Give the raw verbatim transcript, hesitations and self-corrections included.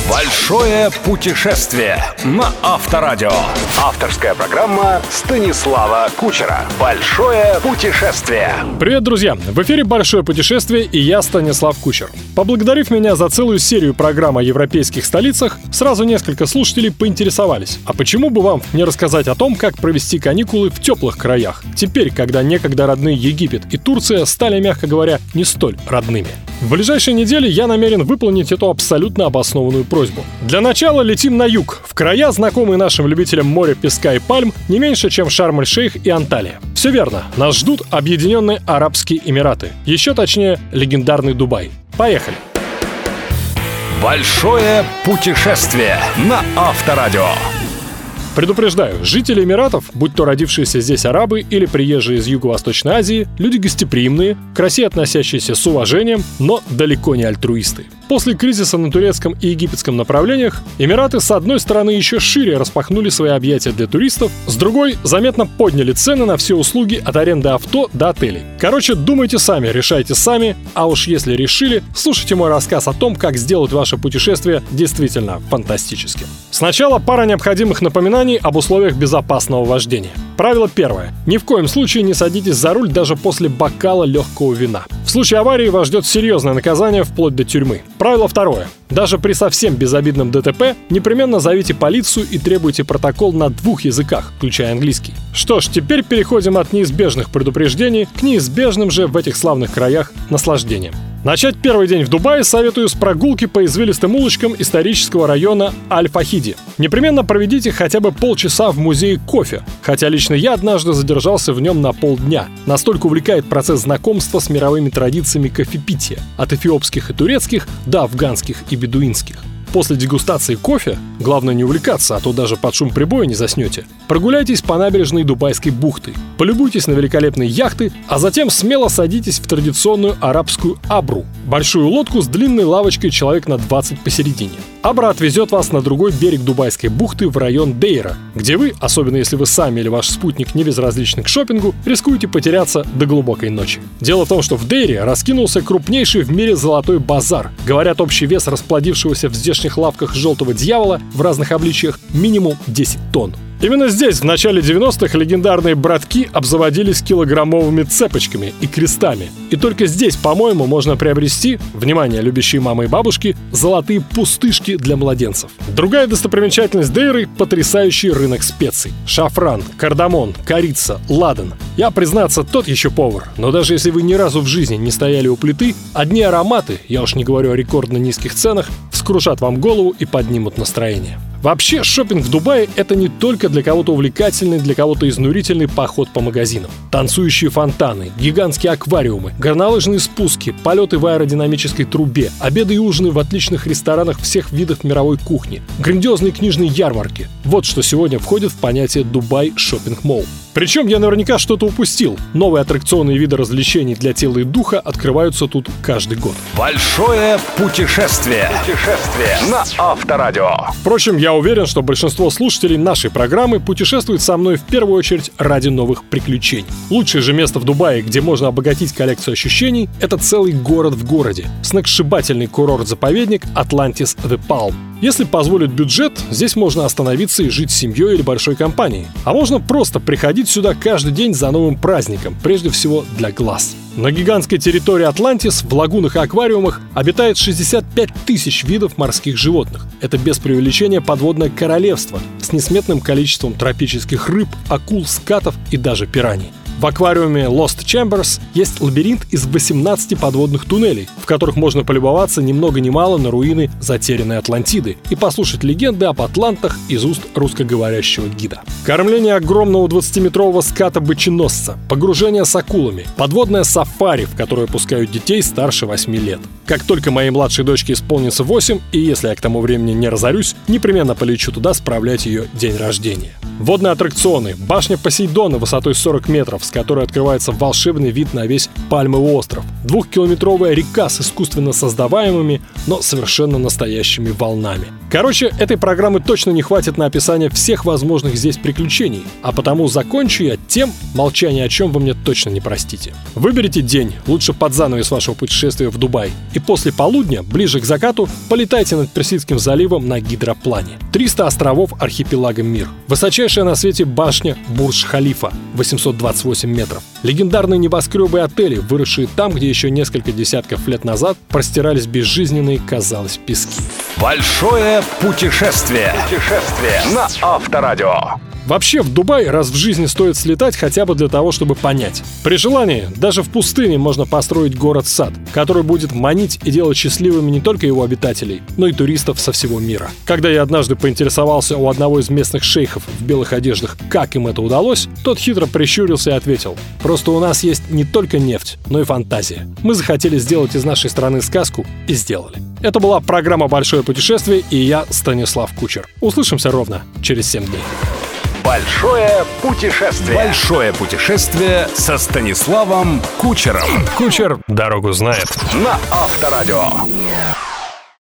Большое путешествие на Авторадио. Авторская программа Станислава Кучера. Большое путешествие. Привет, друзья! В эфире «Большое путешествие» и я, Станислав Кучер. Поблагодарив меня за целую серию программ о европейских столицах, сразу несколько слушателей поинтересовались, а почему бы вам не рассказать о том, как провести каникулы в теплых краях, теперь, когда некогда родные Египет и Турция стали, мягко говоря, не столь родными. В ближайшие недели я намерен выполнить эту абсолютно обоснованную просьбу. Для начала летим на юг, в края, знакомые нашим любителям моря, песка и пальм, не меньше, чем Шарм-эль-Шейх и Анталия. Все верно, нас ждут Объединенные Арабские Эмираты, еще точнее, легендарный Дубай. Поехали! Большое путешествие на Авторадио. Предупреждаю, жители Эмиратов, будь то родившиеся здесь арабы или приезжие из Юго-Восточной Азии, люди гостеприимные, к России относящиеся с уважением, но далеко не альтруисты. После кризиса на турецком и египетском направлениях Эмираты с одной стороны еще шире распахнули свои объятия для туристов, с другой заметно подняли цены на все услуги от аренды авто до отелей. Короче, думайте сами, решайте сами, а уж если решили, слушайте мой рассказ о том, как сделать ваше путешествие действительно фантастическим. Сначала пара необходимых напоминаний об условиях безопасного вождения. Правило первое. Ни в коем случае не садитесь за руль даже после бокала легкого вина. В случае аварии вас ждет серьезное наказание вплоть до тюрьмы. Правило второе. Даже при совсем безобидном ДТП непременно зовите полицию и требуйте протокол на двух языках, включая английский. Что ж, теперь переходим от неизбежных предупреждений к неизбежным же в этих славных краях наслаждениям. Начать первый день в Дубае советую с прогулки по извилистым улочкам исторического района Аль-Фахиди. Непременно проведите хотя бы полчаса в музее кофе, хотя лично я однажды задержался в нем на полдня. Настолько увлекает процесс знакомства с мировыми традициями кофепития, от эфиопских и турецких до афганских и бедуинских. После дегустации кофе, главное не увлекаться, а то даже под шум прибоя не заснете, прогуляйтесь по набережной Дубайской бухты, полюбуйтесь на великолепные яхты, а затем смело садитесь в традиционную арабскую абру – большую лодку с длинной лавочкой человек на двадцать посередине. Абра отвезет вас на другой берег Дубайской бухты в район Дейра, где вы, особенно если вы сами или ваш спутник не безразличны к шопингу, рискуете потеряться до глубокой ночи. Дело в том, что в Дейре раскинулся крупнейший в мире золотой базар. Говорят, общий вес расплодившегося в здешних лавках желтого дьявола в разных обличиях минимум десять тонн. Именно здесь в начале девяностых легендарные братки обзаводились килограммовыми цепочками и крестами. И только здесь, по-моему, можно приобрести, внимание, любящие мамы и бабушки, золотые пустышки для младенцев. Другая достопримечательность Дейры – потрясающий рынок специй. Шафран, кардамон, корица, ладан. Я, признаться, тот еще повар, но даже если вы ни разу в жизни не стояли у плиты, одни ароматы, я уж не говорю о рекордно низких ценах, вскружат вам голову и поднимут настроение. Вообще, шопинг в Дубае – это не только для кого-то увлекательный, для кого-то изнурительный поход по магазинам. Танцующие фонтаны, гигантские аквариумы, горнолыжные спуски, полеты в аэродинамической трубе, обеды и ужины в отличных ресторанах всех видов мировой кухни, грандиозные книжные ярмарки – вот что сегодня входит в понятие «Дубай Шоппинг Молл». Причем я наверняка что-то упустил. Новые аттракционы и виды развлечений для тела и духа открываются тут каждый год. Большое путешествие. Путешествие на Авторадио. Впрочем, я уверен, что большинство слушателей нашей программы путешествует со мной в первую очередь ради новых приключений. Лучшее же место в Дубае, где можно обогатить коллекцию ощущений, это целый город в городе. Сногсшибательный курорт-заповедник Atlantis The Palm. Если позволит бюджет, здесь можно остановиться и жить с семьей или большой компанией. А можно просто приходить сюда каждый день за новым праздником, прежде всего для глаз. На гигантской территории Атлантис, в лагунах и аквариумах, обитает шестьдесят пять тысяч видов морских животных. Это без преувеличения подводное королевство с несметным количеством тропических рыб, акул, скатов и даже пираний. В аквариуме Lost Chambers есть лабиринт из восемнадцати подводных туннелей, в которых можно полюбоваться ни много ни мало на руины затерянной Атлантиды и послушать легенды об атлантах из уст русскоговорящего гида. Кормление огромного двадцатиметрового ската-быченосца, погружение с акулами, подводное сафари, в которое пускают детей старше восьми лет. Как только моей младшей дочке исполнится восемь, и если я к тому времени не разорюсь, непременно полечу туда справлять ее день рождения. Водные аттракционы, башня Посейдона высотой сорок метров, с которой открывается волшебный вид на весь Пальмовый остров, двухкилометровая река с искусственно создаваемыми, но совершенно настоящими волнами. Короче, этой программы точно не хватит на описание всех возможных здесь приключений, а потому закончу я тем, молчание о чем вы мне точно не простите. Выберите день, лучше под занавес вашего путешествия в Дубай, и после полудня, ближе к закату, полетайте над Персидским заливом на гидроплане. триста островов архипелага Мир. Высочайшая на свете башня Бурдж-Халифа, восемьсот двадцать восемь метров. Легендарные небоскребы и отели, выросшие там, где еще несколько десятков лет назад простирались безжизненные, казалось, пески. Большое путешествие. Путешествие на Авторадио. Вообще, в Дубай раз в жизни стоит слетать хотя бы для того, чтобы понять. При желании, даже в пустыне можно построить город-сад, который будет манить и делать счастливыми не только его обитателей, но и туристов со всего мира. Когда я однажды поинтересовался у одного из местных шейхов в белых одеждах, как им это удалось, тот хитро прищурился и ответил: «Просто у нас есть не только нефть, но и фантазия. Мы захотели сделать из нашей страны сказку и сделали». Это была программа «Большое путешествие», и я, Станислав Кучер. Услышимся ровно через семь дней. Большое путешествие. Большое путешествие со Станиславом Кучером. Кучер дорогу знает. На Авторадио.